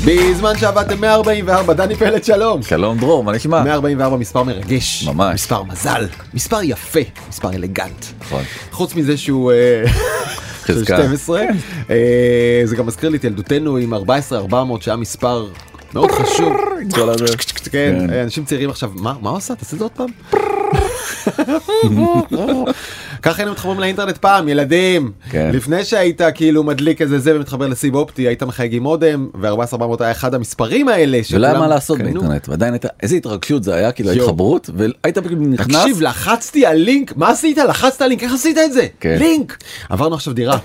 בזמן שעבדתם 144, דני פלד, שלום. שלום דרור, מה נשמע? 144 מספר מרגש, ממש. מספר מזל, מספר יפה, מספר אלגנט. נכון. חוץ מזה שהוא של 12, זה גם מזכיר לי את ילדותנו עם 14,400 שהיה מספר מאוד חשוב. כן, אנשים צעירים עכשיו, מה עושה? תעשה זה עוד פעם? ככה היינו מתחברים לאינטרנט פעם, ילדים. לפני שהיית כאילו מדליק איזה זה ומתחבר לסיב אופטי, היית מחייג עם מודם, ו-14,400 היה אחד המספרים האלה. ולא היה מה לעשות באינטרנט, ועדיין הייתה, איזה התרגשות זה היה, כאילו התחברות, והיית נכנס. תקשיב, לחצתי על לינק, מה עשית? לחצת על לינק, איך עשית את זה? לינק! עברנו עכשיו דירה.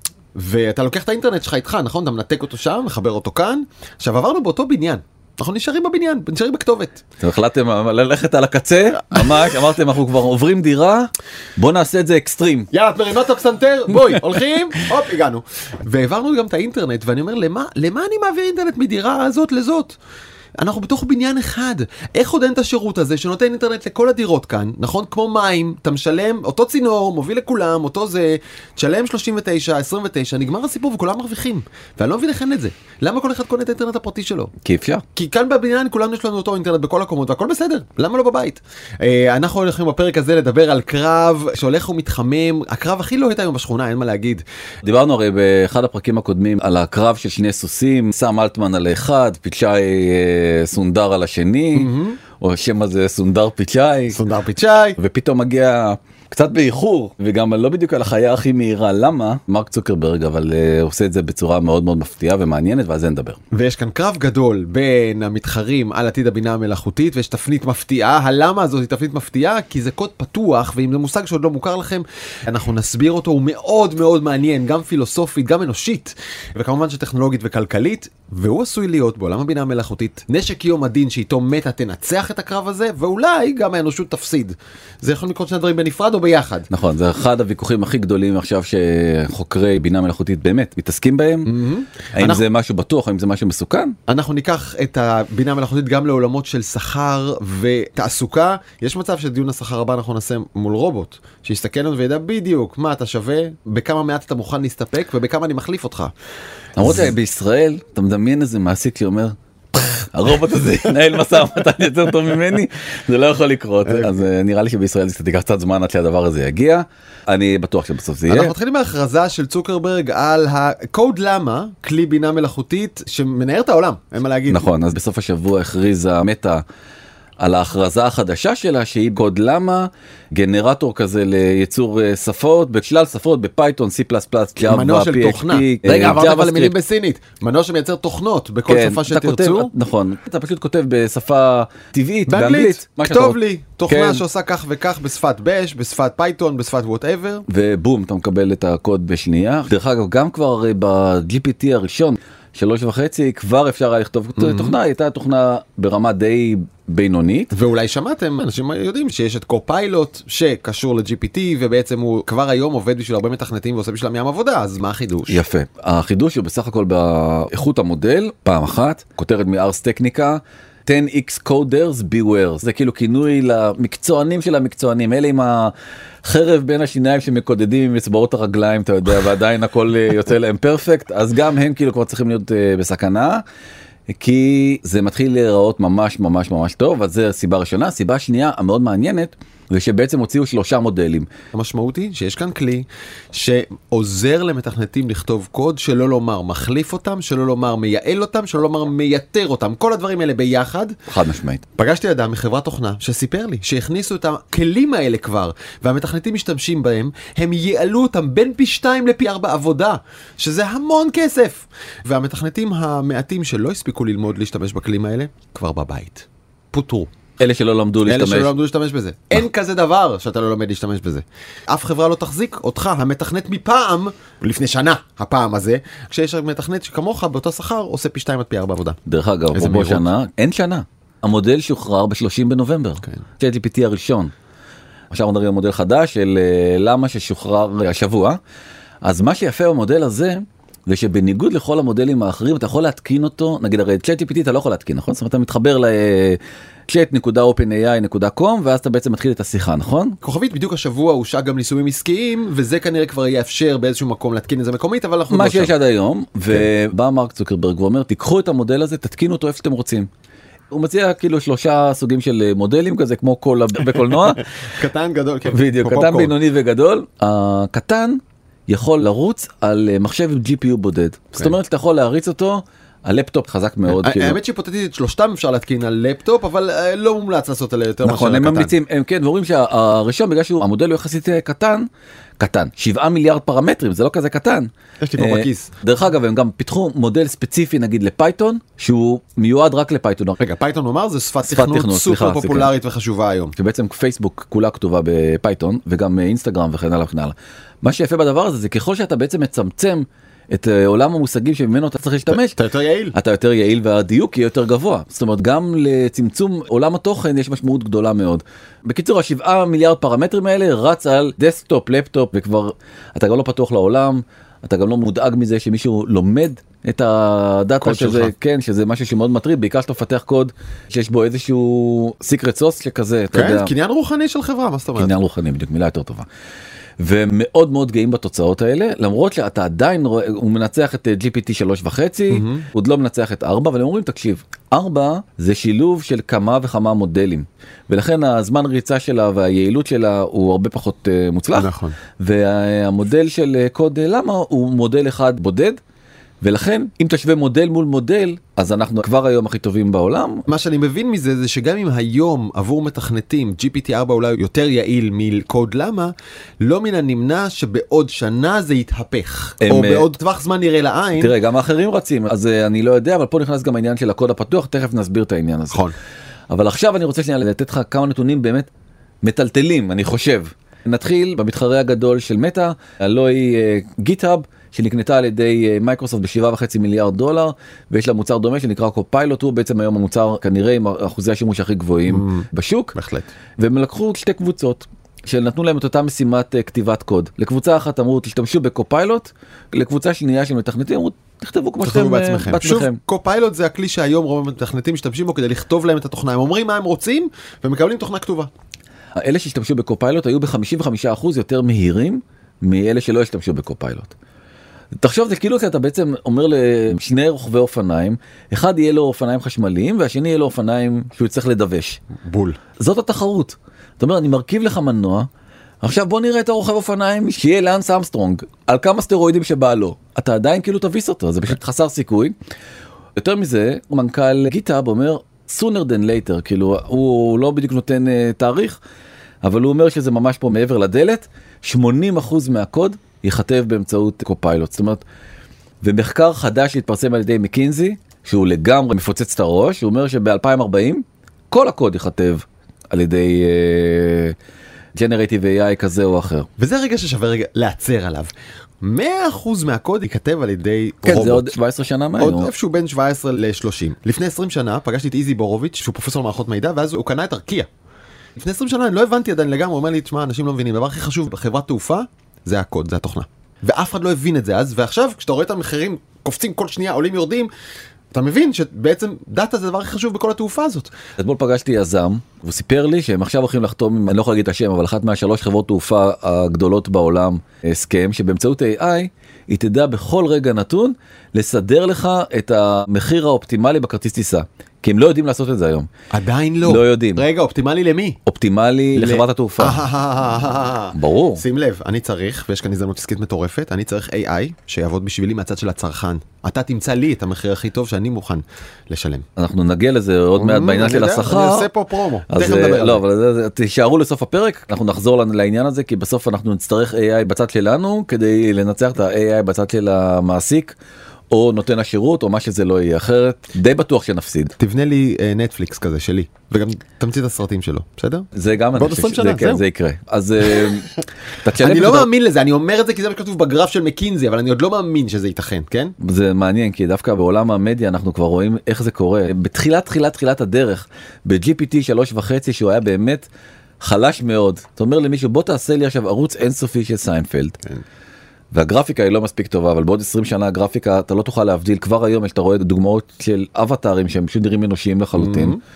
ואתה לוקח את האינטרנט שלך איתך, נכון? אתה מנתק אותו שם, מחבר אותו כאן. עכשיו עברנו באותו בניין. אנחנו נשארים בבניין, נשארים בכתובת. אתם החלטתם ללכת על הקצה, ממש, אמרתם אנחנו כבר עוברים דירה, בוא נעשה את זה אקסטרים. יאללה, את מרימה את הפסנתר, בואי, הולכים, הופ, הגענו. והעברנו גם את האינטרנט, ואני אומר, למה אני מעביר אינטרנט מדירה הזאת לזאת? אנחנו בתוך בניין אחד. איך עוד אין את השירות הזה שנותן אינטרנט לכל הדירות כאן, נכון? כמו מים, אתה משלם, אותו צינור, מוביל לכולם, אותו זה, תשלם 39, 29, נגמר הסיפור וכולם מרוויחים. ואני לא מבין איך אין את זה. למה כל אחד קונה את האינטרנט הפרטי שלו? כי אפשר. כי כאן בבניין כולנו יש לנו אותו אינטרנט בכל הקומות, והכל בסדר. למה לא בבית? אנחנו הולכים בפרק הזה לדבר על קרב שהולך ומתחמם, הקרב הכי לא הייתה היום בשכונה, אין מה להגיד. דיברנו הרי באחד הפרקים הקודמים על הקרב של שני סוסים, סם אלטמן על האחד, פיצ'אי סונדר על השני, או השם הזה סונדר פיצ'אי. סונדר פיצ'אי. ופתאום מגיע קצת באיחור, וגם לא בדיוק על החיה הכי מהירה. למה? מרק צוקרברג, אבל עושה את זה בצורה מאוד מאוד מפתיעה ומעניינת, ועל זה נדבר. ויש כאן קרב גדול בין המתחרים על עתיד הבינה המלאכותית, ויש תפנית מפתיעה. הלמה הזאת היא תפנית מפתיעה? כי זה קוד פתוח, ואם זה מושג שעוד לא מוכר לכם, אנחנו נסביר אותו, הוא מאוד מאוד מעניין, גם פילוסופית, גם אנושית, וכמובן שטכנולוגית וכלכלית, והוא עשוי להיות בעולם הבינה המלאכותית נשק יום הדין שאיתו מטה תנצח את הקרב הזה, ואולי גם האנושות תפסיד. זה יכול לקרות שני דברים בנפרד או ביחד. נכון, זה אחד הוויכוחים הכי גדולים עכשיו שחוקרי בינה מלאכותית באמת מתעסקים בהם. האם זה משהו בטוח, האם זה משהו מסוכן? אנחנו ניקח את הבינה המלאכותית גם לעולמות של שכר ותעסוקה. יש מצב שדיון השכר הבא אנחנו נעשה מול רובוט, שיסתכל לנו וידע בדיוק מה אתה שווה, בכמה מעט אתה מוכן להסתפק ובכמה אני מחליף אותך. למרות בישראל, אתה מדמיין איזה מעסיק שאומר, הרובוט הזה ינהל מסע ומתן יותר טוב ממני, זה לא יכול לקרות. אז נראה לי שבישראל זה תיקח קצת זמן עד שהדבר הזה יגיע. אני בטוח שבסוף זה יהיה. אנחנו מתחילים מההכרזה של צוקרברג על הקוד למה, כלי בינה מלאכותית שמנער את העולם, אין מה להגיד. נכון, אז בסוף השבוע הכריזה מטה על ההכרזה החדשה שלה, שהיא קוד למה, גנרטור כזה לייצור שפות, בשלל שפות, בפייתון, C++, Java, מנוע של תוכנה. רגע, עברת אבל למילים בסינית. מנוע שמייצר תוכנות בכל שפה שתרצו. נכון, אתה פשוט כותב בשפה טבעית, באנגלית, כתוב לי, תוכנה שעושה כך וכך בשפת בש, בשפת פייתון, בשפת whatever. ובום, אתה מקבל את הקוד בשנייה. דרך אגב, גם כבר ב-GPT הראשון, 3.5, כבר אפשר היה לכתוב תוכנה, הייתה תוכנה ברמה די בינונית. ואולי שמעתם, אנשים יודעים שיש את קופיילוט שקשור ל-GPT, ובעצם הוא כבר היום עובד בשביל הרבה מתכנתים ועושה בשביל ים עבודה, אז מה החידוש? יפה. החידוש הוא בסך הכל באיכות המודל, פעם אחת, כותרת מארס טכניקה, 10x coders beware, זה כאילו כינוי למקצוענים של המקצוענים, אלה עם החרב בין השיניים שמקודדים עם אצבעות הרגליים, אתה יודע, ועדיין הכל יוצא להם פרפקט, אז גם הם כאילו כבר צריכים להיות בסכנה, כי זה מתחיל להיראות ממש ממש ממש טוב, אז זה הסיבה הראשונה. הסיבה השנייה המאוד מעניינת, זה שבעצם הוציאו 3 מודלים. המשמעות היא שיש כאן כלי שעוזר למתכנתים לכתוב קוד, שלא לומר מחליף אותם, שלא לומר מייעל אותם, שלא לומר מייתר אותם, כל הדברים האלה ביחד. חד משמעית. פגשתי אדם מחברת תוכנה שסיפר לי שהכניסו את הכלים האלה כבר, והמתכנתים משתמשים בהם, הם ייעלו אותם בין פי 2 לפי 4 עבודה, שזה המון כסף. והמתכנתים המעטים שלא הספיקו ללמוד להשתמש בכלים האלה, כבר בבית. פוטרו. אלה שלא למדו להשתמש בזה. אין כזה דבר שאתה לא לומד להשתמש בזה. אף חברה לא תחזיק אותך, המתכנת מפעם, לפני שנה, הפעם הזה, כשיש מתכנת שכמוך באותו שכר, עושה פי 2 עד פי 4 עבודה. דרך אגב, בו שנה, אין שנה. המודל שוחרר ב-30 בנובמבר. ChatGPT הראשון. עכשיו מדברים על מודל חדש של למה ששוחרר השבוע. אז מה שיפה במודל הזה, זה שבניגוד לכל המודלים האחרים, אתה יכול להתקין אותו, נגיד הרי ChatGPT אתה לא יכול להתקין, נכון? זאת אומרת, אתה מתחבר chat.openai.com, ואז אתה בעצם מתחיל את השיחה, נכון? כוכבית, בדיוק השבוע הושק גם ניסויים עסקיים, וזה כנראה כבר יאפשר באיזשהו מקום להתקין את זה מקומית, אבל אנחנו מה שיש עד היום, ובא מרק צוקרברג ואומר, תיקחו את המודל הזה, תתקינו אותו איפה שאתם רוצים. הוא מציע כאילו 3 סוגים של מודלים כזה, כמו קולה בקולנוע. קטן, גדול, כן. בדיוק, קטן, בינוני וגדול. הקטן יכול לרוץ על מחשב GPU בודד. זאת אומרת, אתה יכול להריץ אותו על לפטופ חזק מאוד. האמת שהיפותטית את 3 אפשר להתקין על לפטופ, אבל לא מומלץ לעשות עליה יותר נכון, הם ממליצים, הם כן, ואומרים שהראשון, בגלל שהמודל הוא יחסית קטן, 7 מיליארד פרמטרים, זה לא כזה קטן. יש לי פה בכיס. דרך אגב, הם גם פיתחו מודל ספציפי, נגיד לפייתון, שהוא מיועד רק לפייתון. רגע, פייתון נאמר, זה שפת תכנות סופר פופולרית וחשובה היום. שבעצם פייסבוק כולה כתובה בפייתון, וגם אינסטגרם וכן הלאה וכן הלאה. מה שיפה בדבר הזה, זה ככל שאתה בעצם מצמצם את עולם המושגים שממנו אתה צריך להשתמש, אתה יותר יעיל והדיוק יהיה יותר גבוה. זאת אומרת, גם לצמצום עולם התוכן יש משמעות גדולה מאוד. בקיצור, 7 מיליארד פרמטרים האלה רץ על דסקטופ, לפטופ, וכבר אתה גם לא פתוח לעולם, אתה גם לא מודאג מזה שמישהו לומד את הדאטה שזה, כן, שזה משהו שמאוד מטריד, בעיקר שאתה מפתח קוד שיש בו איזשהו secret sauce שכזה, אתה יודע. כן, קניין רוחני של חברה, מה זאת אומרת? קניין רוחני, בדיוק, מילה יותר טובה. ומאוד מאוד גאים בתוצאות האלה, למרות שאתה עדיין רואה, הוא מנצח את GPT 3.5, הוא עוד לא מנצח את 4, אבל הם אומרים, תקשיב, 4 זה שילוב של כמה וכמה מודלים, ולכן הזמן ריצה שלה והיעילות שלה הוא הרבה פחות מוצלח, נכון. והמודל של קוד למה הוא מודל אחד בודד, ולכן אם תשווה מודל מול מודל, אז אנחנו כבר היום הכי טובים בעולם. מה שאני מבין מזה זה שגם אם היום עבור מתכנתים GPT-4 אולי יותר יעיל מקוד למה, לא מן הנמנע שבעוד שנה זה יתהפך, או בעוד טווח זמן נראה לעין. תראה, גם האחרים רצים, אז אני לא יודע, אבל פה נכנס גם העניין של הקוד הפתוח, תכף נסביר את העניין הזה. נכון. אבל עכשיו אני רוצה שנייה לתת לך כמה נתונים באמת מטלטלים, אני חושב. נתחיל במתחרה הגדול של מטא, הלוא היא GitHub, שנקנתה על ידי מייקרוסופט ב$7.5 מיליארד, ויש לה מוצר דומה שנקרא קופיילוט, הוא בעצם היום המוצר כנראה עם אחוזי השימוש הכי גבוהים בשוק. בהחלט. והם לקחו 2 קבוצות, שנתנו להם את אותה משימת כתיבת קוד. לקבוצה אחת אמרו, תשתמשו בקופיילוט, לקבוצה שנייה של מתכנתים אמרו, תכתבו כמו שאתם בעצמכם. שוב, קופיילוט זה הכלי שהיום רוב המתכנתים משתמשים בו כדי לכתוב להם את התוכנה. הם אומרים מה הם רוצים, ומקבלים תוכנה כתובה. אלה שהשתמשו בקופיילוט היו ב-55% יותר מהירים מאלה שלא השתמשו בקופיילוט. תחשוב, זה כאילו אתה בעצם אומר לשני רוכבי אופניים, אחד יהיה לו אופניים חשמליים והשני יהיה לו אופניים שהוא צריך לדווש. בול. זאת התחרות. זאת אומרת, אני מרכיב לך מנוע, עכשיו בוא נראה את הרוכב אופניים שיהיה לאנס אמסטרונג, על כמה סטרואידים שבא לו. אתה עדיין כאילו תביס אותו, זה פשוט חסר סיכוי. יותר מזה, מנכ"ל GitHub אומר, sooner than later, כאילו הוא לא בדיוק נותן תאריך, אבל הוא אומר שזה ממש פה מעבר לדלת, 80% מהקוד ייכתב באמצעות קופיילוט. זאת אומרת, ומחקר חדש שהתפרסם על ידי מקינזי, שהוא לגמרי מפוצץ את הראש, הוא אומר שב-2040 כל הקוד ייכתב על ידי Generative AI כזה או אחר. וזה רגע ששווה רגע לעצר עליו. 100% מהקוד ייכתב על ידי כן, רובוט. זה עוד 17 שנה מהיום. עוד איפשהו בין 17 ל-30. לפני 20 שנה פגשתי את איזי בורוביץ', שהוא פרופסור מערכות מידע, ואז הוא קנה את ארקיע. לפני 20 שנה אני לא הבנתי עדיין לגמרי, הוא אומר לי, תשמע, אנשים לא מבינים, הדבר הכי חשוב בחברת תעופה, זה הקוד, זה התוכנה. ואף אחד לא הבין את זה אז, ועכשיו, כשאתה רואה את המחירים קופצים כל שנייה, עולים יורדים, אתה מבין שבעצם דאטה זה הדבר הכי חשוב בכל התעופה הזאת. אתמול פגשתי יזם, והוא סיפר לי שהם עכשיו הולכים לחתום, אני לא יכול להגיד את השם, אבל אחת מה3 חברות תעופה הגדולות בעולם, הסכם, שבאמצעות AI, היא תדע בכל רגע נתון, לסדר לך את המחיר האופטימלי בכרטיס טיסה. כי הם לא יודעים לעשות את זה היום. עדיין לא. לא יודעים. רגע, אופטימלי למי? אופטימלי לחברת התעופה. ברור. שים לב, אני צריך, ויש כאן הזדמנות עסקית מטורפת, אני צריך AI שיעבוד בשבילי מהצד של הצרכן. אתה תמצא לי את המחיר הכי טוב שאני מוכן לשלם. אנחנו נגיע לזה עוד מעט בעניין של השכר. אני עושה פה פרומו. לא, אבל תישארו לסוף הפרק, אנחנו נחזור לעניין הזה, כי בסוף אנחנו נצטרך AI בצד שלנו, כדי לנצח את ה-AI בצד של המעסיק. או נותן השירות, או מה שזה לא יהיה, אחרת די בטוח שנפסיד. תבנה לי נטפליקס כזה שלי, וגם תמציא את הסרטים שלו, בסדר? זה גם בעוד 20 שנה, זהו. זה יקרה. אז אני לא מאמין לזה, אני אומר את זה כי זה כתוב בגרף של מקינזי, אבל אני עוד לא מאמין שזה ייתכן, כן? זה מעניין, כי דווקא בעולם המדיה אנחנו כבר רואים איך זה קורה. בתחילת הדרך, ב-GPT 3.5, שהוא היה באמת חלש מאוד. אתה אומר למישהו, בוא תעשה לי עכשיו ערוץ אינסופי של סיינפלד. כן. והגרפיקה היא לא מספיק טובה, אבל בעוד 20 שנה הגרפיקה אתה לא תוכל להבדיל. כבר היום אתה רואה דוגמאות של אבטרים שהם פשוט נראים אנושיים לחלוטין.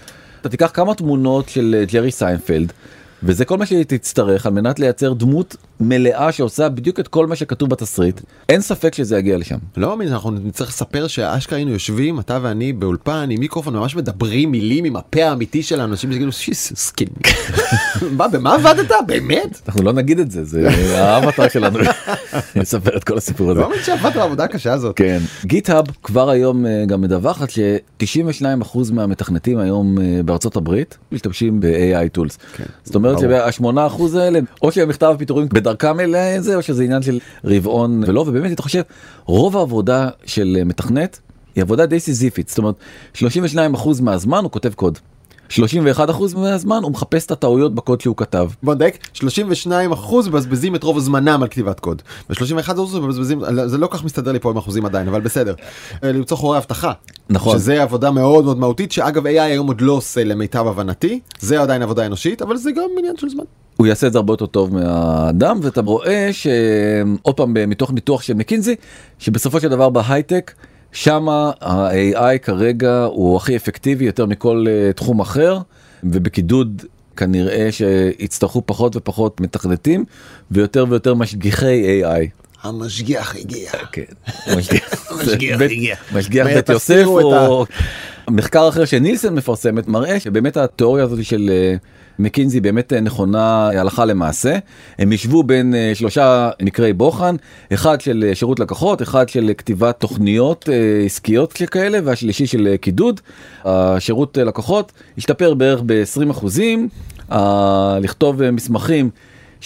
אתה תיקח כמה תמונות של ג'רי סיינפלד, וזה כל מה שתצטרך על מנת לייצר דמות מלאה שעושה בדיוק את כל מה שכתוב בתסריט. אין ספק שזה יגיע לשם. לא מאמין, אנחנו נצטרך לספר שאשכרה היינו יושבים, אתה ואני באולפן עם מיקרופון, ממש מדברים מילים עם הפה האמיתי של האנשים שגידו, שיס, סקין. במה עבדת? באמת? אנחנו לא נגיד את זה, זה האבטר שלנו. נספר את כל הסיפור הזה. לא מאמין שעבדת בעבודה הקשה הזאת. כן. GitHub כבר היום גם מדווחת ש92% מהמתכנתים היום בארצות הברית משתמשים ב-AI tools. זאת אומרת שה8% האלה, או שהמכתב פיטורים בדרכם אל זה, או שזה עניין של רבעון ולא, ובאמת אתה חושב, רוב העבודה של מתכנת היא עבודה די סיזיפית, זאת אומרת, 32% מהזמן הוא כותב קוד. 31% מהזמן הוא מחפש את הטעויות בקוד שהוא כתב. בוא נדייק, 32% מבזבזים את רוב הזמנם על כתיבת קוד. ו-31% מבזבזים, זה לא כך מסתדר לי פה עם אחוזים עדיין, אבל בסדר. למצוא חורי הבטחה. נכון. שזה עבודה מאוד מאוד מהותית, שאגב AI היום עוד לא עושה למיטב הבנתי, זה עדיין עבודה אנושית, אבל זה גם עניין של זמן. הוא יעשה את זה הרבה יותר טוב מהאדם, ואתה רואה שעוד פעם מתוך ניתוח של מקינזי, שבסופו של דבר בהייטק, שמה ה-AI כרגע הוא הכי אפקטיבי יותר מכל תחום אחר, ובקידוד כנראה שיצטרכו פחות ופחות מתכנתים, ויותר ויותר משגיחי AI. המשגיח הגיע. כן. המשגיח הגיע. משגיח בית יוסף, או מחקר אחר שנילסן מפרסמת, מראה שבאמת התיאוריה הזאת של מקינזי באמת נכונה הלכה למעשה. הם ישבו בין 3 מקרי בוחן, אחד של שירות לקוחות, אחד של כתיבת תוכניות עסקיות כאלה, והשלישי של קידוד. השירות לקוחות השתפר בערך ב-20%, לכתוב מסמכים 60-70%,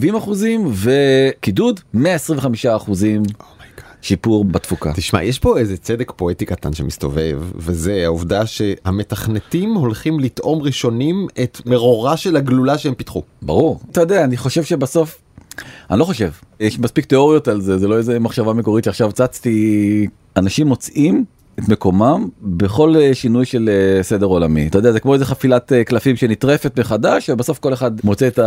וקידוד 125%. שיפור בתפוקה. תשמע, יש פה איזה צדק פואטי קטן שמסתובב, וזה העובדה שהמתכנתים הולכים לטעום ראשונים את מרורה של הגלולה שהם פיתחו. ברור. אתה יודע, אני חושב שבסוף, אני לא חושב, יש מספיק תיאוריות על זה, זה לא איזה מחשבה מקורית שעכשיו צצתי, אנשים מוצאים את מקומם בכל שינוי של סדר עולמי. אתה יודע, זה כמו איזה חפילת קלפים שנטרפת מחדש, ובסוף כל אחד מוצא את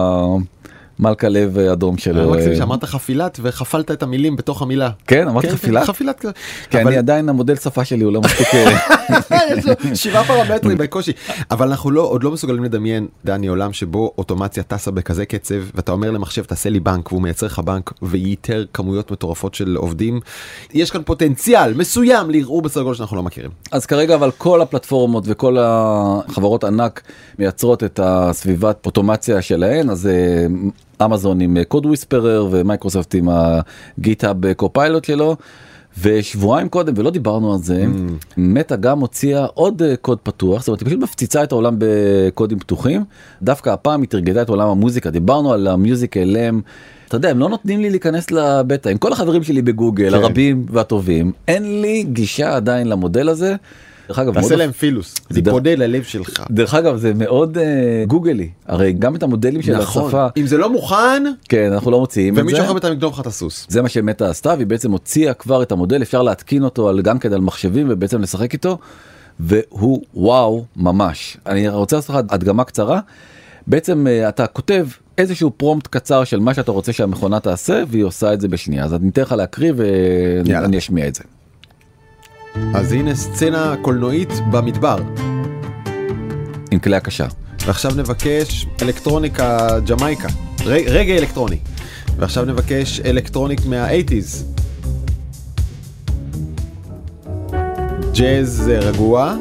מלכה לב אדום שלו. מקסימום שאמרת חפילת וחפלת את המילים בתוך המילה. כן, אמרתי חפילת? חפילת. כי אני עדיין המודל שפה שלי הוא לא מספיק. יש לו 7 פרמטרים בקושי. אבל אנחנו עוד לא מסוגלים לדמיין, דני, עולם שבו אוטומציה טסה בכזה קצב, ואתה אומר למחשב תעשה לי בנק, והוא מייצר לך בנק, וייתר כמויות מטורפות של עובדים. יש כאן פוטנציאל מסוים לערעור בסדר גודל שאנחנו לא מכירים. אז כרגע אבל כל הפלטפורמות וכל החברות ענק מייצרות את הסביבת אוטומציה שלהן, אז אמזון עם קוד וויספרר ומייקרוסופט עם הגיטהאב קופיילוט שלו, ושבועיים קודם, ולא דיברנו על זה, מטה גם הוציאה עוד קוד פתוח, זאת אומרת, היא פשוט מפציצה את העולם בקודים פתוחים, דווקא הפעם היא תרגתה את עולם המוזיקה, דיברנו על המיוזיק LM, אתה יודע, הם לא נותנים לי להיכנס לבטא, עם כל החברים שלי בגוגל, הרבים והטובים, אין לי גישה עדיין למודל הזה, תעשה להם פילוס, זה פודה ללב שלך. דרך אגב, זה מאוד גוגלי, הרי גם את המודלים של השפה. אם זה לא מוכן, כן, אנחנו לא מוציאים את זה. ומישהו אחר בינתיים יגנוב לך את הסוס. זה מה שמטה עשתה, והיא בעצם הוציאה כבר את המודל, אפשר להתקין אותו גם כדי על מחשבים ובעצם לשחק איתו, והוא וואו ממש. אני רוצה לעשות לך הדגמה קצרה, בעצם אתה כותב איזשהו פרומפט קצר של מה שאתה רוצה שהמכונה תעשה, והיא עושה את זה בשנייה. אז אני אתן לך להקריא ואני אשמיע את זה. אז הנה סצנה קולנועית במדבר. עם כלי הקשה. ועכשיו נבקש אלקטרוניקה ג'מייקה. רגע אלקטרוני. ועכשיו נבקש אלקטרוניק מה-80s. ג'אז רגוע.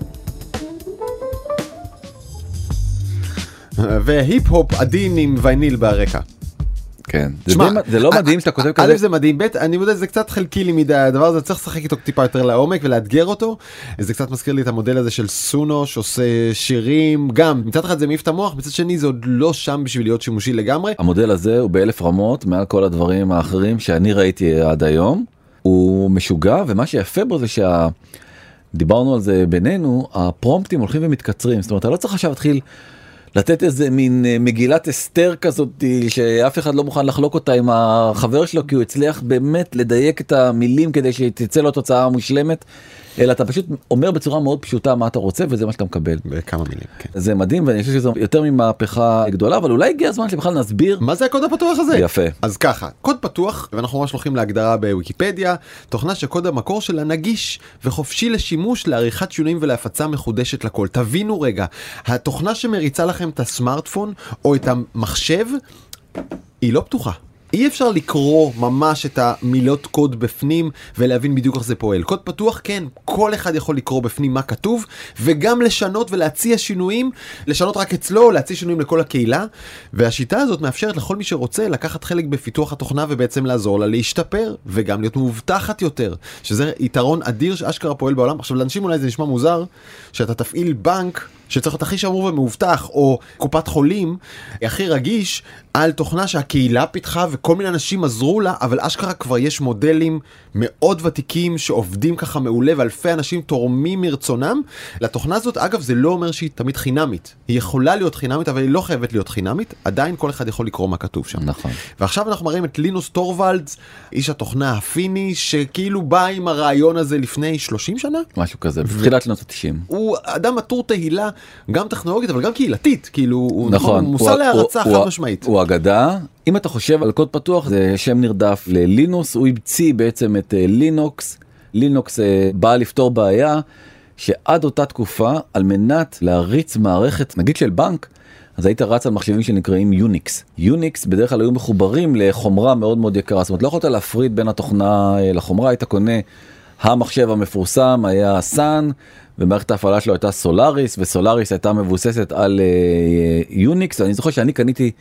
והיפ-הופ עדין עם וייניל ברקע. כן, זה לא מדהים שאתה כותב כזה. א' זה מדהים, ב' אני מודה, זה קצת חלקי לי מדי, הדבר הזה צריך לשחק איתו טיפה יותר לעומק ולאתגר אותו, זה קצת מזכיר לי את המודל הזה של סונו שעושה שירים, גם מצד אחד זה מעיף את המוח, מצד שני זה עוד לא שם בשביל להיות שימושי לגמרי. המודל הזה הוא ב1000 רמות מעל כל הדברים האחרים שאני ראיתי עד היום, הוא משוגע, ומה שיפה בו זה דיברנו על זה בינינו, הפרומפטים הולכים ומתקצרים, זאת אומרת, אתה לא צריך עכשיו להתחיל לתת איזה מין מגילת אסתר כזאת שאף אחד לא מוכן לחלוק אותה עם החבר שלו, כי הוא הצליח באמת לדייק את המילים כדי שתצא לו תוצאה מושלמת, אלא אתה פשוט אומר בצורה מאוד פשוטה מה אתה רוצה, וזה מה שאתה מקבל. בכמה מילים, כן. זה מדהים, ואני חושב שזה יותר ממהפכה גדולה, אבל אולי הגיע הזמן שבכלל נסביר. מה זה הקוד הפתוח הזה? יפה. אז ככה, קוד פתוח, ואנחנו ממש הולכים להגדרה בוויקיפדיה, תוכנה שקוד המקור שלה נגיש וחופשי לשימוש, לעריכת שינויים ולהפצה מחודשת לכל. תבינו רגע, התוכנה שמריצה לכם את הסמארטפון או את המחשב, היא לא פתוחה. אי אפשר לקרוא ממש את המילות קוד בפנים ולהבין בדיוק איך זה פועל. קוד פתוח, כן, כל אחד יכול לקרוא בפנים מה כתוב, וגם לשנות ולהציע שינויים, לשנות רק אצלו, להציע שינויים לכל הקהילה, והשיטה הזאת מאפשרת לכל מי שרוצה לקחת חלק בפיתוח התוכנה ובעצם לעזור לה להשתפר, וגם להיות מאובטחת יותר, שזה יתרון אדיר שאשכרה פועל בעולם. עכשיו, לאנשים אולי זה נשמע מוזר, שאתה תפעיל בנק, שצריך להיות הכי שמור ומאובטח, או קופת חולים, הכי רגיש, על תוכנה שהקהילה פיתחה וכל מיני אנשים עזרו לה, אבל אשכרה כבר יש מודלים מאוד ותיקים שעובדים ככה מעולה, ואלפי אנשים תורמים מרצונם. לתוכנה הזאת, אגב, זה לא אומר שהיא תמיד חינמית. היא יכולה להיות חינמית, אבל היא לא חייבת להיות חינמית. עדיין כל אחד יכול לקרוא מה כתוב שם. נכון. ועכשיו אנחנו מראים את לינוס טורוולדס, איש התוכנה הפיני, שכאילו בא עם הרעיון הזה לפני 30 שנה? משהו כזה, בתחילת שנות ה-90. הוא אדם עטור תהילה, גם טכנולוגית, אבל גם קהילתית. כאילו, הוא נכון. מושא להרצה חד משמעית. הוא אגדה. אם אתה חושב על קוד פתוח, זה שם נרדף ללינוס, הוא המציא בעצם את לינוקס. לינוקס בא לפתור בעיה שעד אותה תקופה, על מנת להריץ מערכת, נגיד של בנק, אז היית רץ על מחשבים שנקראים יוניקס. יוניקס בדרך כלל היו מחוברים לחומרה מאוד מאוד יקרה, זאת אומרת לא יכולת להפריד בין התוכנה לחומרה, היית קונה המחשב המפורסם היה סאן, ומערכת ההפעלה שלו הייתה סולאריס, וסולאריס הייתה מבוססת על יוניקס, ואני זוכר שאני קניתי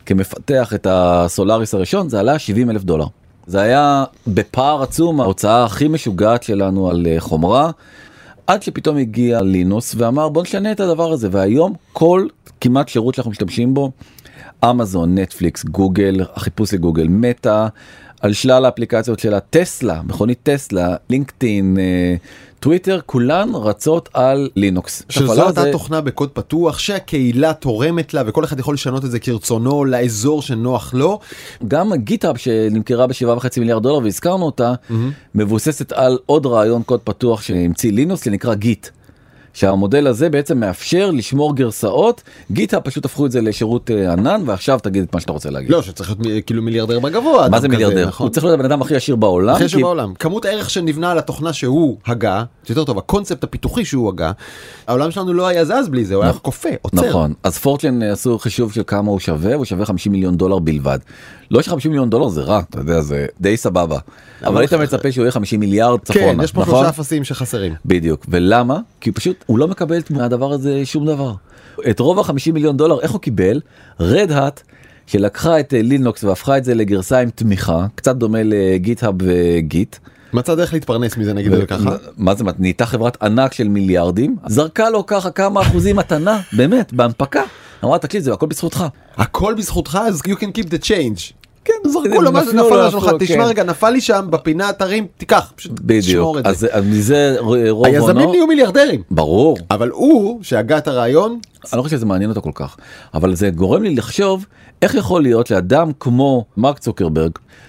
כמפתח את הסולאריס הראשון, זה עלה $70,000. זה היה בפער עצום, ההוצאה הכי משוגעת שלנו על חומרה, עד שפתאום הגיע לינוס ואמר בוא נשנה את הדבר הזה, והיום כל כמעט שירות שאנחנו משתמשים בו, אמזון, נטפליקס, גוגל, החיפוש לגוגל, מטא, על שלל האפליקציות שלה, טסלה, מכונית טסלה, לינקדאין, טוויטר, כולן רצות על לינוקס. שזו אותה תוכנה בקוד פתוח, שהקהילה תורמת לה, וכל אחד יכול לשנות את זה כרצונו, לאזור שנוח לו. גם גיטהאב שנמכרה ב$7.5 מיליארד, והזכרנו אותה, מבוססת על עוד רעיון קוד פתוח שהמציא לינוס, שנקרא גיט. שהמודל הזה בעצם מאפשר לשמור גרסאות, גיטהאב פשוט הפכו את זה לשירות ענן, ועכשיו תגיד את מה שאתה רוצה להגיד. לא, שצריך להיות כאילו מיליארדר בגבוה. מה זה מיליארדר? הוא צריך להיות הבן אדם הכי עשיר בעולם. הכי עשיר בעולם. כמות הערך שנבנה על התוכנה שהוא הגה, זה יותר טוב, הקונספט הפיתוחי שהוא הגה, העולם שלנו לא היה זז בלי זה, הוא היה קופה, עוצר. נכון, אז פורצ'ן עשו חישוב של כמה הוא שווה, הוא שווה $50 מיליון בלבד. לא ש$50 מיליון זה רע, אתה יודע, זה די סבבה. אבל היית מצפה שהוא יהיה 50 מיליארד צפונה. כן, יש פה 3 אפסים שחסרים. בדיוק, ולמה? כי פשוט הוא לא מקבל מהדבר הזה שום דבר. את רוב $50 מיליון, איך הוא קיבל? רד האט, שלקחה את לינוקס והפכה את זה לגרסה עם תמיכה, קצת דומה לגיטהאב וגיט. מצא דרך להתפרנס מזה, נגיד את זה ככה. מה זה, נהייתה חברת ענק של מיליארדים, זרקה לו ככה כמה אחוזים מתנה, באמת, בהנפקה. אמרה, תקשיב, זה הכל בזכותך. הכל בזכותך, אז you can keep the change. כן, זרקו לו מה שנפל על השולחן, תשמע רגע, נפל לי שם בפינה אתרים, תיקח, פשוט תשמור את זה. אז מזה רוב היזמים נהיו מיליארדרים. ברור. אבל הוא, שהגה את הרעיון, אני לא חושב שזה מעניין אותו כל כך, אבל זה גורם לי לחשוב, איך יכול להיות לאדם כמו מרק צוקרברג,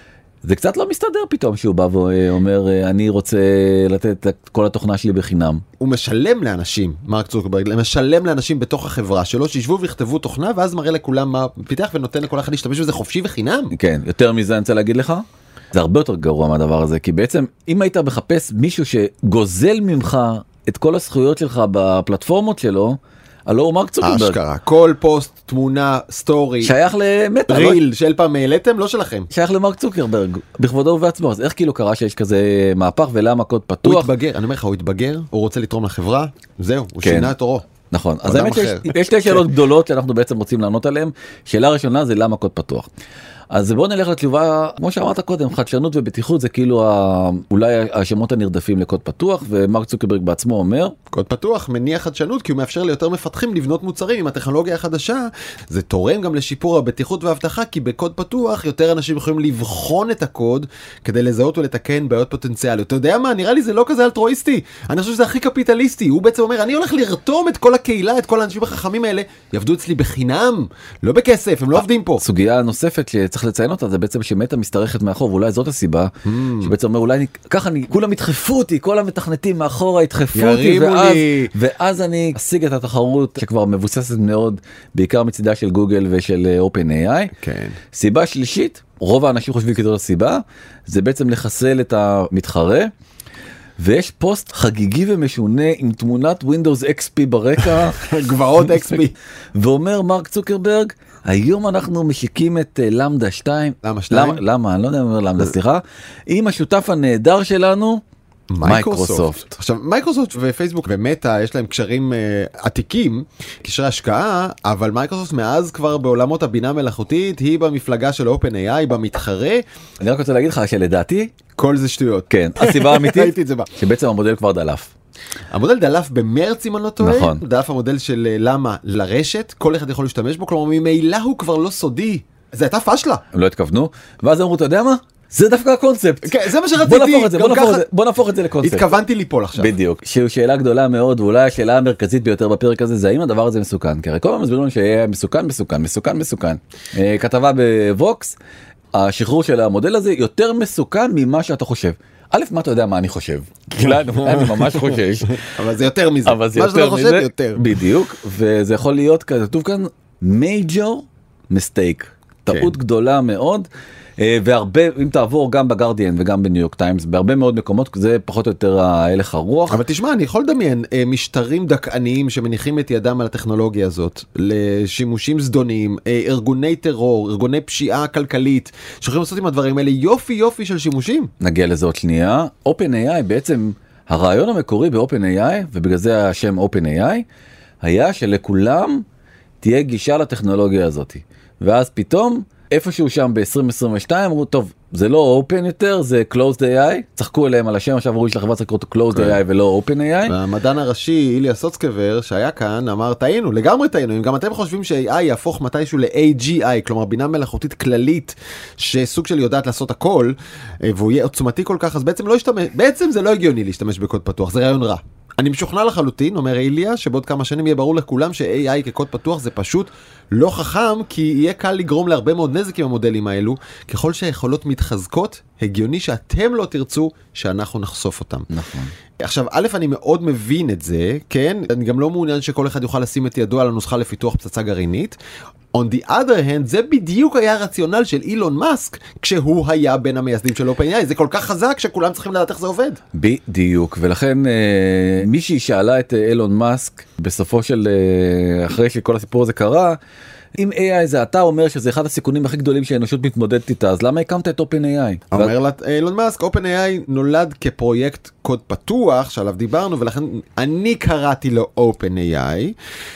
זה קצת לא מסתדר פתאום שהוא בא ואומר, אני רוצה לתת את כל התוכנה שלי בחינם. הוא משלם לאנשים, מרק צוקרברג, משלם לאנשים בתוך החברה שלו, שישבו ויכתבו תוכנה, ואז מראה לכולם מה פיתח ונותן לכל אחד להשתמש בזה חופשי וחינם. כן, יותר מזה אני רוצה להגיד לך, זה הרבה יותר גרוע מהדבר הזה, כי בעצם אם היית מחפש מישהו שגוזל ממך את כל הזכויות שלך בפלטפורמות שלו, הלא הוא מרק צוקרברג. אשכרה, כל פוסט, תמונה, סטורי, שייך למטא, ריל, של פעם העליתם, לא שלכם. שייך למרק צוקרברג, בכבודו ובעצמו. אז איך כאילו קרה שיש כזה מהפך, ולמה קוד פתוח? הוא התבגר, אני אומר לך, הוא התבגר, הוא רוצה לתרום לחברה, זהו, הוא שינה את אורו. נכון, אז האמת יש 2 שאלות גדולות שאנחנו בעצם רוצים לענות עליהן. שאלה ראשונה זה למה קוד פתוח. אז בואו נלך לתשובה, כמו שאמרת קודם, חדשנות ובטיחות זה כאילו אולי השמות הנרדפים לקוד פתוח, ומרק צוקרברג בעצמו אומר, קוד פתוח מניע חדשנות כי הוא מאפשר ליותר מפתחים לבנות מוצרים עם הטכנולוגיה החדשה. זה תורם גם לשיפור הבטיחות והבטחה, כי בקוד פתוח יותר אנשים יכולים לבחון את הקוד כדי לזהות ולתקן בעיות פוטנציאליות. אתה יודע מה? נראה לי זה לא כזה אלטרואיסטי. אני חושב שזה הכי קפיטליסטי. הוא בעצם אומר, אני הולך לרתום את כל הקהילה, את כל האנשים החכמים האלה, יעבדו אצלי בחינם, לא בכסף, הם לא עובדים פה. סוגיה נוספת שצריך לציין אותה זה בעצם שמטה משתרכת מאחור, ואולי זאת הסיבה שבעצם אומר אולי ככה כולם ידחפו אותי, כל המתכנתים מאחורה ידחפו אותי, ואז אני אשיג את התחרות שכבר מבוססת מאוד בעיקר מצידה של גוגל ושל OpenAI. סיבה שלישית, רוב האנשים חושבים כזאת הסיבה, זה בעצם לחסל את המתחרה, ויש פוסט חגיגי ומשונה עם תמונת Windows XP ברקע, גבעות XP, ואומר מרק צוקרברג, היום אנחנו משיקים את למדה 2. למה 2? למה? אני לא יודע אם אומר למדה, סליחה. עם השותף הנהדר שלנו, מייקרוסופט. עכשיו, מייקרוסופט ופייסבוק ומטה יש להם קשרים עתיקים, קשרי השקעה, אבל מייקרוסופט מאז כבר בעולמות הבינה מלאכותית, היא במפלגה של OpenAI, במתחרה. אני רק רוצה להגיד לך שלדעתי, כל זה שטויות. כן, הסיבה האמיתית, שבעצם המודל כבר דלף. המודל דלף במרץ אם אני לא טועה, נכון. דלף המודל של למה לרשת, כל אחד יכול להשתמש בו, כלומר ממילא הוא כבר לא סודי. זה הייתה פשלה. הם לא התכוונו, ואז אמרו, אתה יודע מה? זה דווקא הקונספט. כן, זה מה שרציתי. בוא נהפוך את זה לקונספט. התכוונתי ליפול עכשיו. בדיוק. שהוא שאלה גדולה מאוד, ואולי השאלה המרכזית ביותר בפרק הזה, זה האם הדבר הזה מסוכן. כי הרי כל הזמן מסבירים לנו שיהיה מסוכן. כתבה בווקס, השחרור של המודל הזה יותר מסוכן ממה שאתה חושב. א', מה אתה יודע מה אני חושב? אני ממש חושש. אבל זה יותר מזה. מה שאתה לא חושב יותר. בדיוק. וזה יכול להיות, כתוב כאן, major mistake. טעות גדולה מאוד. והרבה, אם תעבור גם בגרדיאן וגם בניו יורק טיימס, בהרבה מאוד מקומות, זה פחות או יותר ההלך הרוח. אבל תשמע, אני יכול לדמיין משטרים דכאניים שמניחים את ידם על הטכנולוגיה הזאת, לשימושים זדוניים, ארגוני טרור, ארגוני פשיעה כלכלית, שיכולים לעשות עם הדברים האלה יופי של שימושים. נגיע לזה עוד שנייה. OpenAI, בעצם הרעיון המקורי ב-OpenAI, ובגלל זה השם OpenAI, היה שלכולם תהיה גישה לטכנולוגיה הזאת. ואז פתאום, איפשהו שם ב-2022 אמרו, טוב, זה לא Open יותר, זה Closed AI, צחקו אליהם על השם, עכשיו אמרו יש לחברה צריך לקרוא אותו Closed AI ולא OpenAI. והמדען הראשי, איליה סוצקבר, שהיה כאן, אמר, טעינו, לגמרי טעינו, אם גם אתם חושבים ש-AI יהפוך מתישהו ל-AGI, כלומר בינה מלאכותית כללית, שסוג של יודעת לעשות הכל, והוא יהיה עוצמתי כל כך, אז בעצם זה לא הגיוני להשתמש בקוד פתוח, זה רעיון רע. אני משוכנע לחלוטין, אומר איליה, שבעוד כמה שנים יהיה ברור לכולם ש-AI כקוד פתוח זה פשוט לא חכם, כי יהיה קל לגרום להרבה מאוד נזק עם המודלים האלו. ככל שהיכולות מתחזקות, הגיוני שאתם לא תרצו שאנחנו נחשוף אותם. נכון. עכשיו, א', אני מאוד מבין את זה, כן? אני גם לא מעוניין שכל אחד יוכל לשים את ידו על הנוסחה לפיתוח פצצה גרעינית. On the other hand, זה בדיוק היה הרציונל של אילון מאסק, כשהוא היה בין המייסדים של OpenAI. זה כל כך חזק שכולם צריכים לדעת איך זה עובד. בדיוק, ולכן מישהי שאלה את אילון מאסק, בסופו של, אחרי שכל הסיפור הזה קרה, אם AI זה אתה אומר שזה אחד הסיכונים הכי גדולים שהאנושות מתמודדת איתה, אז למה הקמת את OpenAI? אומר לה אילון מאסק, OpenAI נולד כפרויקט קוד פתוח, שעליו דיברנו, ולכן אני קראתי לו OpenAI,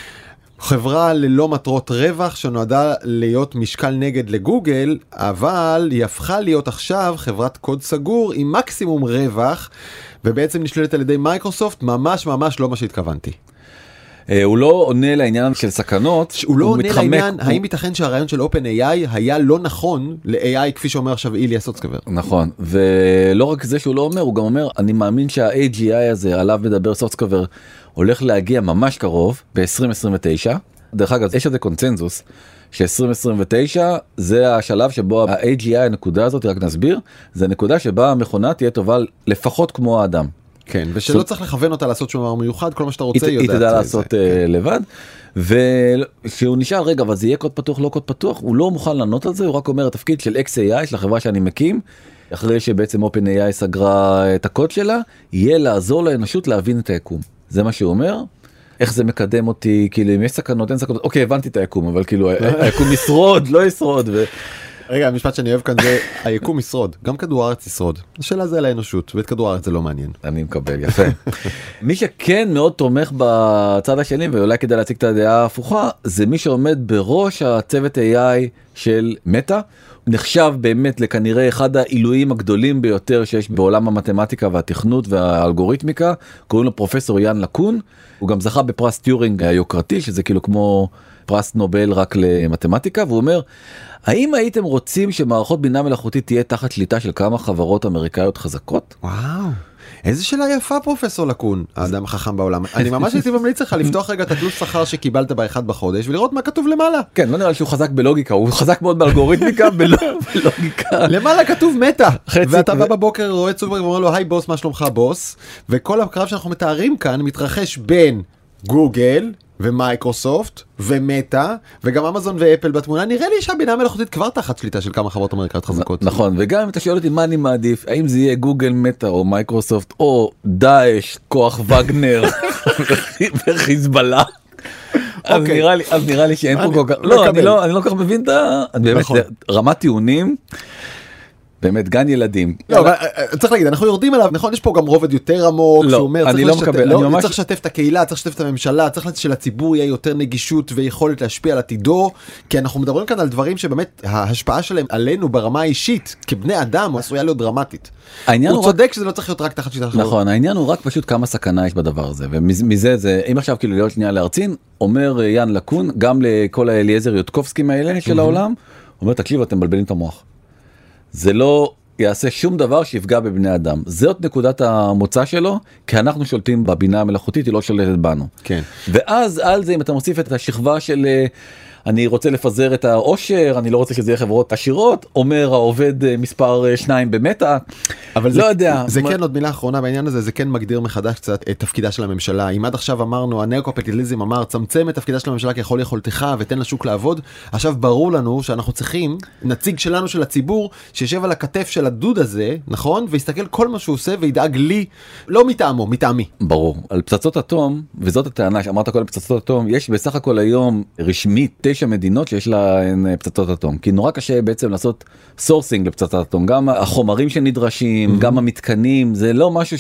חברה ללא מטרות רווח שנועדה להיות משקל נגד לגוגל, אבל היא הפכה להיות עכשיו חברת קוד סגור עם מקסימום רווח, ובעצם נשללת על ידי מייקרוסופט, ממש לא מה שהתכוונתי. הוא לא עונה לעניין של סכנות, הוא לא עונה לעניין, האם ייתכן שהרעיון של OpenAI היה לא נכון ל-AI כפי שאומר עכשיו איליה סוצקבר. נכון, ולא רק זה שהוא לא אומר, הוא גם אומר, אני מאמין שה-AGI הזה עליו מדבר סוצקבר, הולך להגיע ממש קרוב ב-2029. דרך אגב, יש איזה קונצנזוס, ש-2029 זה השלב שבו ה-AGI, הנקודה הזאת, רק נסביר, זה הנקודה שבה המכונה תהיה טובה לפחות כמו האדם. כן, ושלא צריך לכוון אותה לעשות שום דבר מיוחד, כל מה שאתה רוצה היא תדע לעשות לבד, וכשהוא נשאר, רגע, אבל זה יהיה קוד פתוח, לא קוד פתוח, הוא לא מוכן לענות על זה, הוא רק אומר, התפקיד של XAI, של החברה שאני מקים, אחרי שבעצם OpenAI סגרה את הקוד שלה, יהיה לעזור לאנושות להבין את היקום. זה מה שהוא אומר. איך זה מקדם אותי, כאילו, אם יש סכנות, אין סכנות, אוקיי, הבנתי את היקום, אבל כאילו, היקום ישרוד, לא ישרוד, רגע, המשפט שאני אוהב כאן זה, היקום ישרוד, גם כדור הארץ ישרוד. השאלה זה על האנושות, ואת כדור הארץ זה לא מעניין. אני מקבל, יפה. מי שכן מאוד תומך בצד השני, ואולי כדי להציג את הדעה ההפוכה, זה מי שעומד בראש הצוות AI של מטה. נחשב באמת לכנראה אחד העילויים הגדולים ביותר שיש בעולם המתמטיקה והתכנות והאלגוריתמיקה, קוראים לו פרופסור יאן לקון, הוא גם זכה בפרס טיורינג היוקרתי, שזה כאילו כמו פרס נובל רק למתמטיקה, והוא אומר, האם הייתם רוצים שמערכות בינה מלאכותית תהיה תחת שליטה של כמה חברות אמריקאיות חזקות? וואו. איזה שאלה יפה פרופסור לקון, האדם החכם בעולם. אני ממש הייתי ממליץ לך לפתוח רגע את התלוש שכר שקיבלת ב1 בחודש ולראות מה כתוב למעלה. כן, לא נראה לי שהוא חזק בלוגיקה, הוא חזק מאוד באלגוריתמיקה, בלוגיקה. למעלה כתוב מטה, ואתה בא בבוקר רואה צוברג ואומר לו היי בוס, מה שלומך בוס? וכל הקרב שאנחנו מתארים כאן מתרחש בין גוגל ומייקרוסופט ומטה וגם אמזון ואפל בתמונה. נראה לי שהבינה המלאכותית כבר תחת שליטה של כמה חברות אמריקאיות חזקות. נכון, וגם אם אתה שואל אותי מה אני מעדיף, האם זה יהיה גוגל, מטה או מייקרוסופט או דאעש, כוח וגנר וחיזבאללה, אז נראה לי שאין פה כל כך, לא, אני לא כל כך מבין את ה... באמת, רמת טיעונים, באמת גן ילדים. לא, צריך להגיד, אנחנו יורדים עליו, נכון, יש פה גם רובד יותר עמוק, שהוא אומר, צריך לשתף את הקהילה, צריך לשתף את הממשלה, צריך שלציבור יהיה יותר נגישות ויכולת להשפיע על עתידו, כי אנחנו מדברים כאן על דברים שבאמת ההשפעה שלהם עלינו ברמה האישית, כבני אדם, עשויה להיות דרמטית. הוא צודק שזה לא צריך להיות רק תחת שיטה אחרת. נכון, העניין הוא רק פשוט כמה סכנה יש בדבר הזה, ומזה זה, אם עכשיו כאילו להיות שנייה להרצין, אומר יאן לקון, גם לכל האליעזר יודקובסקים האלה של העולם, אומר, תקשיב, אתם מבלבלים את המוח. זה לא יעשה שום דבר שיפגע בבני אדם. זאת נקודת המוצא שלו, כי אנחנו שולטים בבינה המלאכותית, היא לא שולטת בנו. כן. ואז על זה, אם אתה מוסיף את השכבה של אני רוצה לפזר את העושר, אני לא רוצה שזה יהיה חברות עשירות, אומר העובד מספר 2 במטה, אבל לא יודע. זה כן עוד מילה אחרונה בעניין הזה, זה כן מגדיר מחדש קצת את תפקידה של הממשלה. אם עד עכשיו אמרנו, הנאו-קפיטליזם אמר, צמצם את תפקידה של הממשלה ככל יכולתך ותן לשוק לעבוד, עכשיו ברור לנו שאנחנו צריכים נציג שלנו של הציבור, שישב על הכתף של הדוד הזה, נכון? ויסתכל כל מה שהוא עושה וידאג לי, לא מטעמו, מטעמי. ברור. על פצצות אטום, וזאת הטענה שאמרת כל פצצות אטום, יש בסך הכל היום רשמית 9 מדינות שיש להן פצצות אטום, כי נורא קשה בעצם לעשות סורסינג לפצצת אטום, גם החומרים שנדרשים, גם המתקנים, זה לא משהו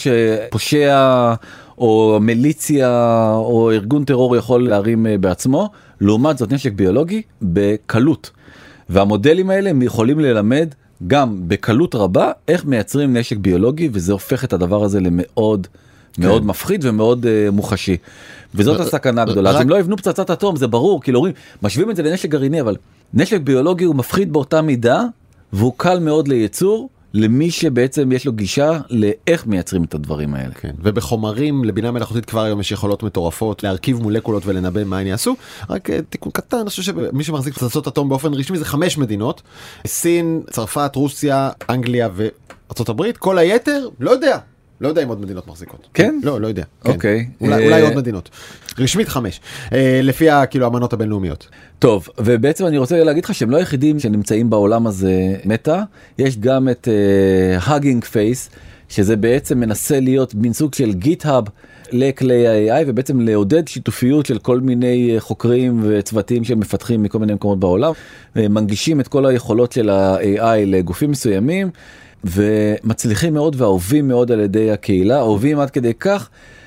שפושע או מיליציה או ארגון טרור יכול להרים בעצמו, לעומת זאת נשק ביולוגי בקלות, והמודלים האלה יכולים ללמד גם בקלות רבה איך מייצרים נשק ביולוגי, וזה הופך את הדבר הזה למאוד מאוד מפחיד ומאוד מוחשי. וזאת הסכנה הגדולה. אז אם לא יבנו פצצת אטום, זה ברור, כאילו משווים את זה לנשק גרעיני, אבל נשק ביולוגי הוא מפחיד באותה מידה, והוא קל מאוד לייצור, למי שבעצם יש לו גישה לאיך מייצרים את הדברים האלה. כן. ובחומרים, לבינה מלאכותית כבר היום יש יכולות מטורפות, להרכיב מולקולות ולנבא מה הן יעשו. רק תיקון קטן, אני חושב שמי שמחזיק פצצות אטום באופן רשמי זה 5 מדינות. סין, צרפת, רוסיה, אנגליה וארצות הברית. כל היתר, לא יודע אם עוד מדינות מחזיקות. כן? לא יודע. אוקיי. אולי עוד מדינות. רשמית 5. לפי כאילו האמנות הבינלאומיות. טוב, ובעצם אני רוצה להגיד לך שהם לא היחידים שנמצאים בעולם הזה מטה. יש גם את Hugging Face, שזה בעצם מנסה להיות מין סוג של GitHub לכלי AI, ובעצם לעודד שיתופיות של כל מיני חוקרים וצוותים שמפתחים מכל מיני מקומות בעולם, ומנגישים את כל היכולות של ה-AI לגופים מסוימים, ומצליחים מאוד ואהובים מאוד על ידי הקהילה, אהובים עד כדי כך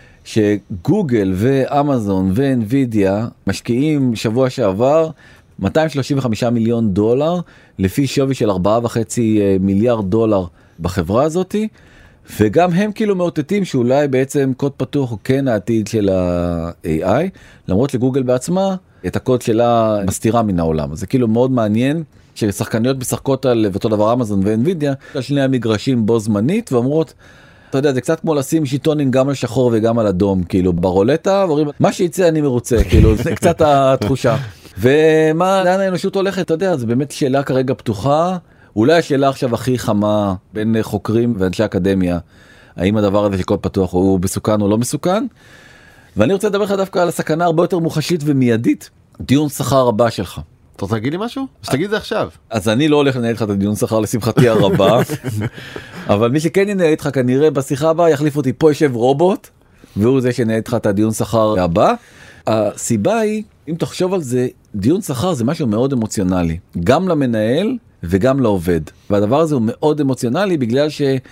שגוגל ואמזון ואנווידיה משקיעים שבוע שעבר $235 מיליון לפי שווי של $4.5 מיליארד בחברה הזאת, וגם הם כאילו מאותתים שאולי בעצם קוד פתוח הוא כן העתיד של ה-AI, למרות שגוגל בעצמה את הקוד שלה מסתירה מן העולם. אז זה כאילו מאוד מעניין ששחקניות משחקות על אותו דבר אמזון ואנווידיה, על שני המגרשים בו זמנית, ואומרות, אתה יודע, זה קצת כמו לשים שיטונים גם על שחור וגם על אדום, כאילו ברולטה, ואומרים, מה שיצא אני מרוצה, כאילו, זה קצת התחושה. ומה, לאן האנושות הולכת, אתה יודע, זה באמת שאלה כרגע פתוחה, אולי השאלה עכשיו הכי חמה בין חוקרים ואנשי אקדמיה, האם הדבר הזה שקוד פתוח הוא מסוכן או לא מסוכן, ואני רוצה לדבר לך דווקא על הסכנה הרבה יותר מוחשית ומיידית, דיון שכר הבא שלך. אתה רוצה להגיד לי משהו? אז תגיד זה עכשיו. אז אני לא הולך לנהל איתך את הדיון שכר לשמחתי הרבה, אבל מי שכן ינהל איתך כנראה בשיחה הבאה יחליף אותי, פה יושב רובוט, והוא זה שנהל איתך את הדיון שכר הבא. הסיבה היא, אם תחשוב על זה, דיון שכר זה משהו מאוד אמוציונלי, גם למנהל וגם לעובד. והדבר הזה הוא מאוד אמוציונלי בגלל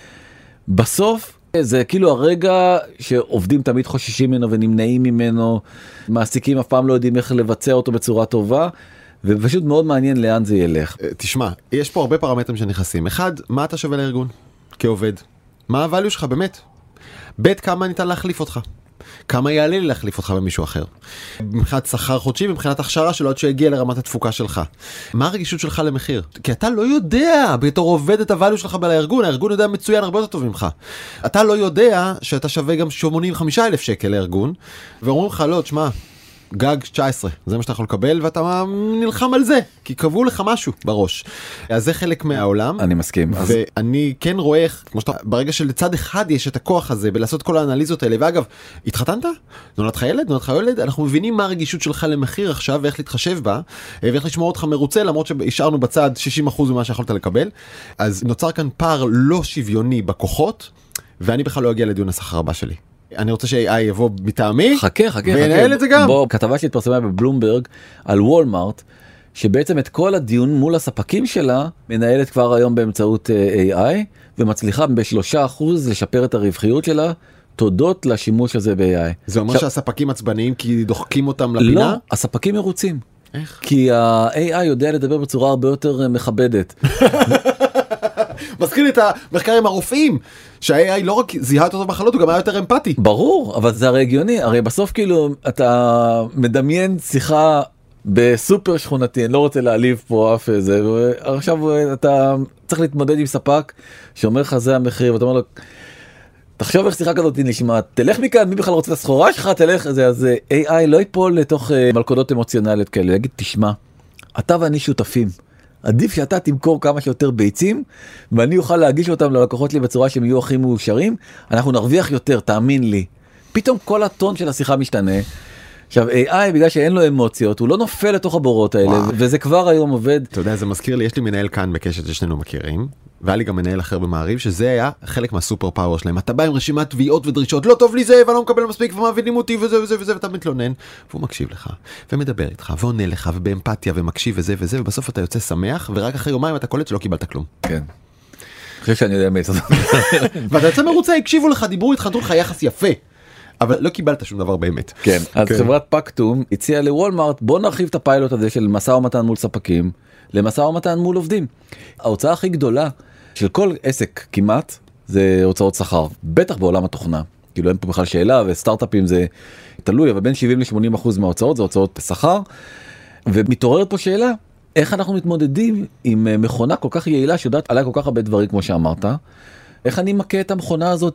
שבסוף זה כאילו הרגע שעובדים תמיד חוששים ממנו ונמנעים ממנו, מעסיקים אף פעם לא יודעים איך לבצע אותו בצורה טובה, ופשוט מאוד מעניין לאן זה ילך. תשמע, יש פה הרבה פרמטרים שנכנסים. אחד, מה אתה שווה לארגון כעובד? מה הvalue שלך באמת? ב', כמה ניתן להחליף אותך? כמה יעלה לי להחליף אותך במישהו אחר? מבחינת שכר חודשי ומבחינת הכשרה שלו עד שיגיע לרמת התפוקה שלך. מה הרגישות שלך למחיר? כי אתה לא יודע, בתור עובד את הvalue שלך בארגון, הארגון יודע מצוין הרבה יותר טוב ממך. אתה לא יודע שאתה שווה גם 85,000 שקל לארגון, ואומרים לך, לא, תשמע, גג 19, זה מה שאתה יכול לקבל, ואתה נלחם על זה, כי קבעו לך משהו בראש. אז זה חלק מהעולם. אני מסכים. ואני כן רואה, כמו שאתה, ברגע שלצד אחד יש את הכוח הזה, בלעשות כל האנליזות האלה, ואגב, התחתנת? נולד לך ילד? נולד לך ילד? אנחנו מבינים מה הרגישות שלך למחיר עכשיו, ואיך להתחשב בה, ואיך לשמור אותך מרוצה, למרות שהשארנו בצד 60% ממה שיכולת לקבל. אז נוצר כאן פער לא שוויוני בכוחות, ואני בכלל לא אגיע לדיון השכר הבא שלי. אני רוצה ש-AI יבוא מטעמי, חכה. וינהל את זה גם. בוא, כתבה שהתפרסמה בבלומברג על וולמארט, שבעצם את כל הדיון מול הספקים שלה, מנהלת כבר היום באמצעות AI, ומצליחה ב3% לשפר את הרווחיות שלה, תודות לשימוש הזה ב-AI. זה אומר שהספקים עצבניים כי דוחקים אותם לפינה? לא, הספקים מרוצים. איך? כי ה-AI יודע לדבר בצורה הרבה יותר מכבדת. מזכיר לי את המחקר עם הרופאים, שה-AI לא רק זיהה את אותו מחלות, הוא גם היה יותר אמפתי. ברור, אבל זה הרי הגיוני, הרי בסוף כאילו אתה מדמיין שיחה בסופר שכונתי, אני לא רוצה להעליב פה אף איזה, ועכשיו אתה צריך להתמודד עם ספק שאומר לך זה המחיר, ואתה אומר לו, תחשוב איך שיחה כזאת נשמעת, תלך מכאן, מי בכלל רוצה את הסחורה שלך, תלך, אז AI לא ייפול לתוך מלכודות אמוציונליות כאלה, להגיד, תשמע, אתה ואני שותפים, עדיף שאתה תמכור כמה שיותר ביצים, ואני אוכל להגיש אותם ללקוחות לי בצורה שהם יהיו הכי מאושרים, אנחנו נרוויח יותר, תאמין לי. פתאום כל הטון של השיחה משתנה. עכשיו, AI, בגלל שאין לו אמוציות, הוא לא נופל לתוך הבורות האלה, וזה כבר היום עובד. אתה יודע, זה מזכיר לי, יש לי מנהל כאן בקשת ששנינו מכירים, והיה לי גם מנהל אחר במעריב, שזה היה חלק מהסופר פאוור שלהם. אתה בא עם רשימת תביעות ודרישות, לא טוב לי זה, ואני לא מקבל מספיק, ומבינים אותי, וזה וזה וזה, ואתה מתלונן, והוא מקשיב לך, ומדבר איתך, ועונה לך, ובאמפתיה, ומקשיב וזה וזה, ובסוף אתה יוצא שמח, ורק אחרי יומיים אתה קולט שלא קיבלת כלום. כן. אני חושב שאני יודע מה זה. ואתה יוצא מרוצה, הקשיבו לך, דיברו איתך, נתנו לך יחס יפה. אבל לא קיבלת שום דבר באמת. כן. אז חברת פקטום הציעה לוולמארט, בוא נרחיב את הפיילוט הזה של משא ומתן מול ספקים, למשא ומתן מול עובדים. ההוצאה הכי גדולה של כל עסק כמעט, זה הוצאות שכר. בטח בעולם התוכנה. כאילו אין פה בכלל שאלה, וסטארט-אפים זה תלוי, אבל בין 70-80% מההוצאות זה הוצאות שכר. ומתעוררת פה שאלה, איך אנחנו מתמודדים עם מכונה כל כך יעילה, שיודעת עליה כל כך הרבה דברים כמו שאמרת, איך אני מכה את המכונה הזאת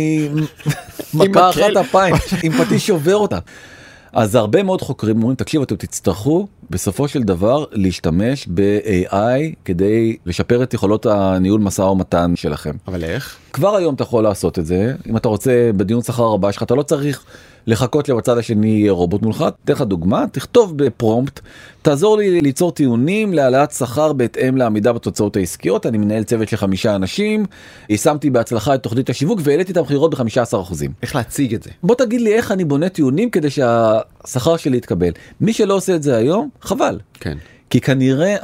מכה אחת אפיים, עם פטיש שובר אותה. אז הרבה מאוד חוקרים אומרים, תקשיב, אתם תצטרכו בסופו של דבר להשתמש ב-AI כדי לשפר את יכולות הניהול משא ומתן שלכם. אבל איך? כבר היום אתה יכול לעשות את זה, אם אתה רוצה בדיון שכר הבא שלך, אתה לא צריך לחכות לבצד השני רובוט מולך. תן לך דוגמה, תכתוב בפרומפט, תעזור לי ליצור טיעונים להעלאת שכר בהתאם לעמידה בתוצאות העסקיות. אני מנהל צוות של 5 אנשים, יישמתי בהצלחה את תוכנית השיווק והעליתי את המחירות ב-15%. איך להציג את זה? בוא תגיד לי איך אני בונה טיעונים כדי שהשכר שלי יתקבל. מי שלא עושה את זה היום, חבל. כן. כי כנראה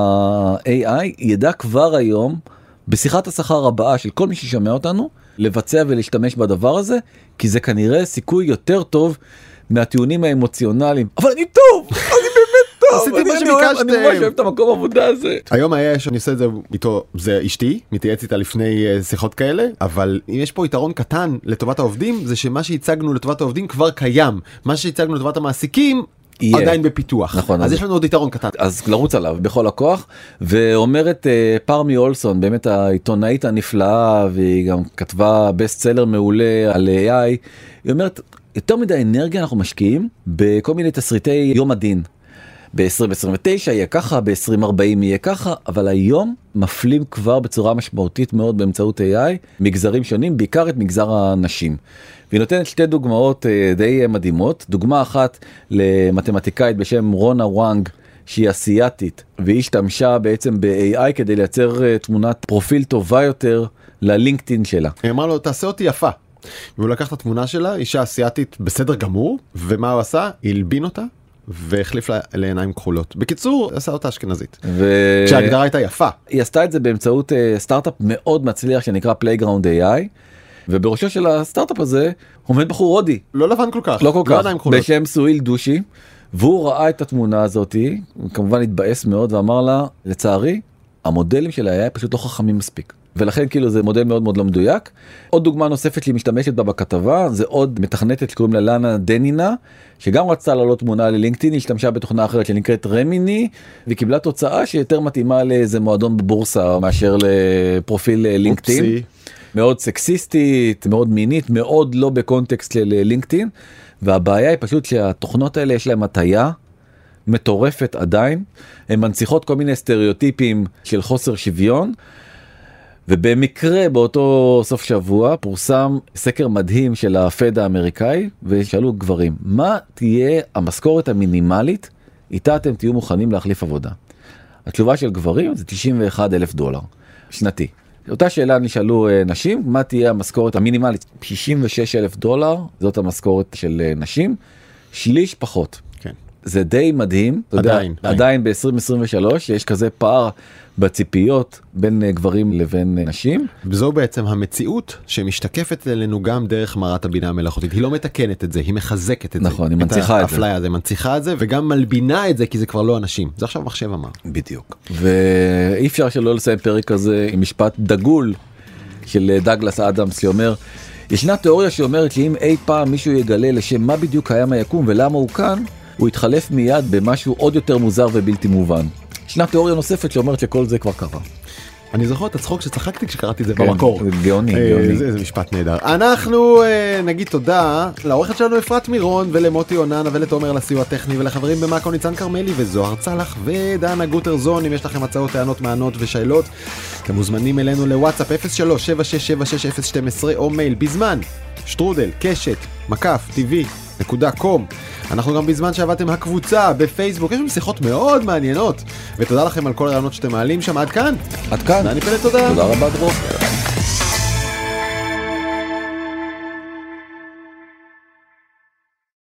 ה-AI ידע כבר היום, בשיחת השכר הבאה של כל מי ששמע אותנו, לבצע ולהשתמש בדבר הזה, כי זה כנראה סיכוי יותר טוב מהטיעונים האמוציונליים. אבל אני טוב! אני באמת טוב! עשיתי מה שביקשתם. אני ממש אוהב את המקום העבודה הזה. היום היה שאני עושה את זה איתו, זה אשתי, מתייעץ איתה לפני שיחות כאלה, אבל אם יש פה יתרון קטן לטובת העובדים, זה שמה שהצגנו לטובת העובדים כבר קיים. מה שהצגנו לטובת המעסיקים, עדיין בפיתוח. נכון, אז יש לנו עוד יתרון קטן. אז לרוץ עליו בכל הכוח, ואומרת פרמי אולסון, באמת העיתונאית הנפלאה, והיא גם כתבה בסט סלר מעולה על AI, היא אומרת, יותר מדי אנרגיה אנחנו משקיעים בכל מיני תסריטי יום הדין. ב-2029 יהיה ככה, ב-2040 יהיה ככה, אבל היום מפלים כבר בצורה משמעותית מאוד באמצעות AI, מגזרים שונים, בעיקר את מגזר הנשים. והיא נותנת 2 דוגמאות די מדהימות. דוגמה אחת למתמטיקאית בשם רונה וואנג, שהיא אסיאתית, והיא השתמשה בעצם ב-AI כדי לייצר תמונת פרופיל טובה יותר ללינקדאין שלה. היא אמרה לו, תעשה אותי יפה. והוא לקח את התמונה שלה, אישה אסיאתית בסדר גמור, ומה הוא עשה? הלבין אותה. והחליף לה לעיניים כחולות. בקיצור, עשה אותה אשכנזית. כשההגדרה הייתה יפה. היא עשתה את זה באמצעות סטארט-אפ מאוד מצליח שנקרא Playground AI, ובראשו של הסטארט-אפ הזה עומד בחור הודי. לא לבן כל כך. לא כל כך. בשם סואיל דושי, והוא ראה את התמונה הזאת, הוא כמובן התבאס מאוד ואמר לה, לצערי, המודלים של ה-AI פשוט לא חכמים מספיק. ולכן כאילו זה מודל מאוד מאוד לא מדויק. עוד דוגמה נוספת שהיא משתמשת בה בכתבה, זה עוד מתכנתת שקוראים לה לאנה דנינה, שגם רצתה לעלות תמונה ללינקדאין, היא השתמשה בתוכנה אחרת שנקראת רמיני, והיא קיבלה תוצאה שיותר מתאימה לאיזה מועדון בבורסה מאשר לפרופיל לינקדאין. מאוד סקסיסטית, מאוד מינית, מאוד לא בקונטקסט ללינקדאין, והבעיה היא פשוט שהתוכנות האלה יש להם הטיה מטורפת עדיין, הן מנציחות כל מיני סטריאוטיפים של חוסר שוויון, ובמקרה באותו סוף שבוע פורסם סקר מדהים של הפד האמריקאי, ושאלו גברים, מה תהיה המשכורת המינימלית איתה אתם תהיו מוכנים להחליף עבודה? התשובה של גברים זה $91,000 שנתי. אותה שאלה נשאלו נשים, מה תהיה המשכורת המינימלית? $66,000, זאת המשכורת של נשים, שליש פחות. כן. זה די מדהים. עדיין ב-2023 יש כזה פער בציפיות בין גברים לבין נשים. וזו בעצם המציאות שמשתקפת אלינו גם דרך מערת הבינה המלאכותית. היא לא מתקנת את זה, היא מחזקת את זה. נכון, היא מנציחה את זה. האפליה הזה, מנציחה את זה, וגם מלבינה את זה, כי זה כבר לא אנשים. זה עכשיו מחשב אמר. בדיוק. ואי אפשר שלא לסיים פרק הזה עם משפט דגול של דאגלס אדמס, שאומר, ישנה תיאוריה שאומרת שאם אי פעם מישהו יגלה לשם מה בדיוק קיים היקום ולמה הוא כאן, הוא יתחלף מיד במשהו עוד יותר מוזר ובלתי מובן. ישנה תיאוריה נוספת שאומרת שכל זה כבר קרה. אני זוכר את הצחוק שצחקתי כשקראתי את זה במקור. גאוני. זה משפט נהדר. אנחנו נגיד תודה לעורכת שלנו אפרת מירון ולמוטי אוננה ולתומר לסיוע הטכני ולחברים במאקו ניצן קרמלי וזוהר צלח ודנה גוטרזון. אם יש לכם הצעות, טענות, מענות ושאלות, אתם מוזמנים אלינו לוואטסאפ 03-7676-012 או מייל בזמן @tv.com. אנחנו גם בזמן שעבדתם הקבוצה בפייסבוק, יש לנו שיחות מאוד מעניינות, ותודה לכם על כל הרעיונות שאתם מעלים שם. עד כאן. עד כאן. דני פלד, תודה. תודה רבה דרור.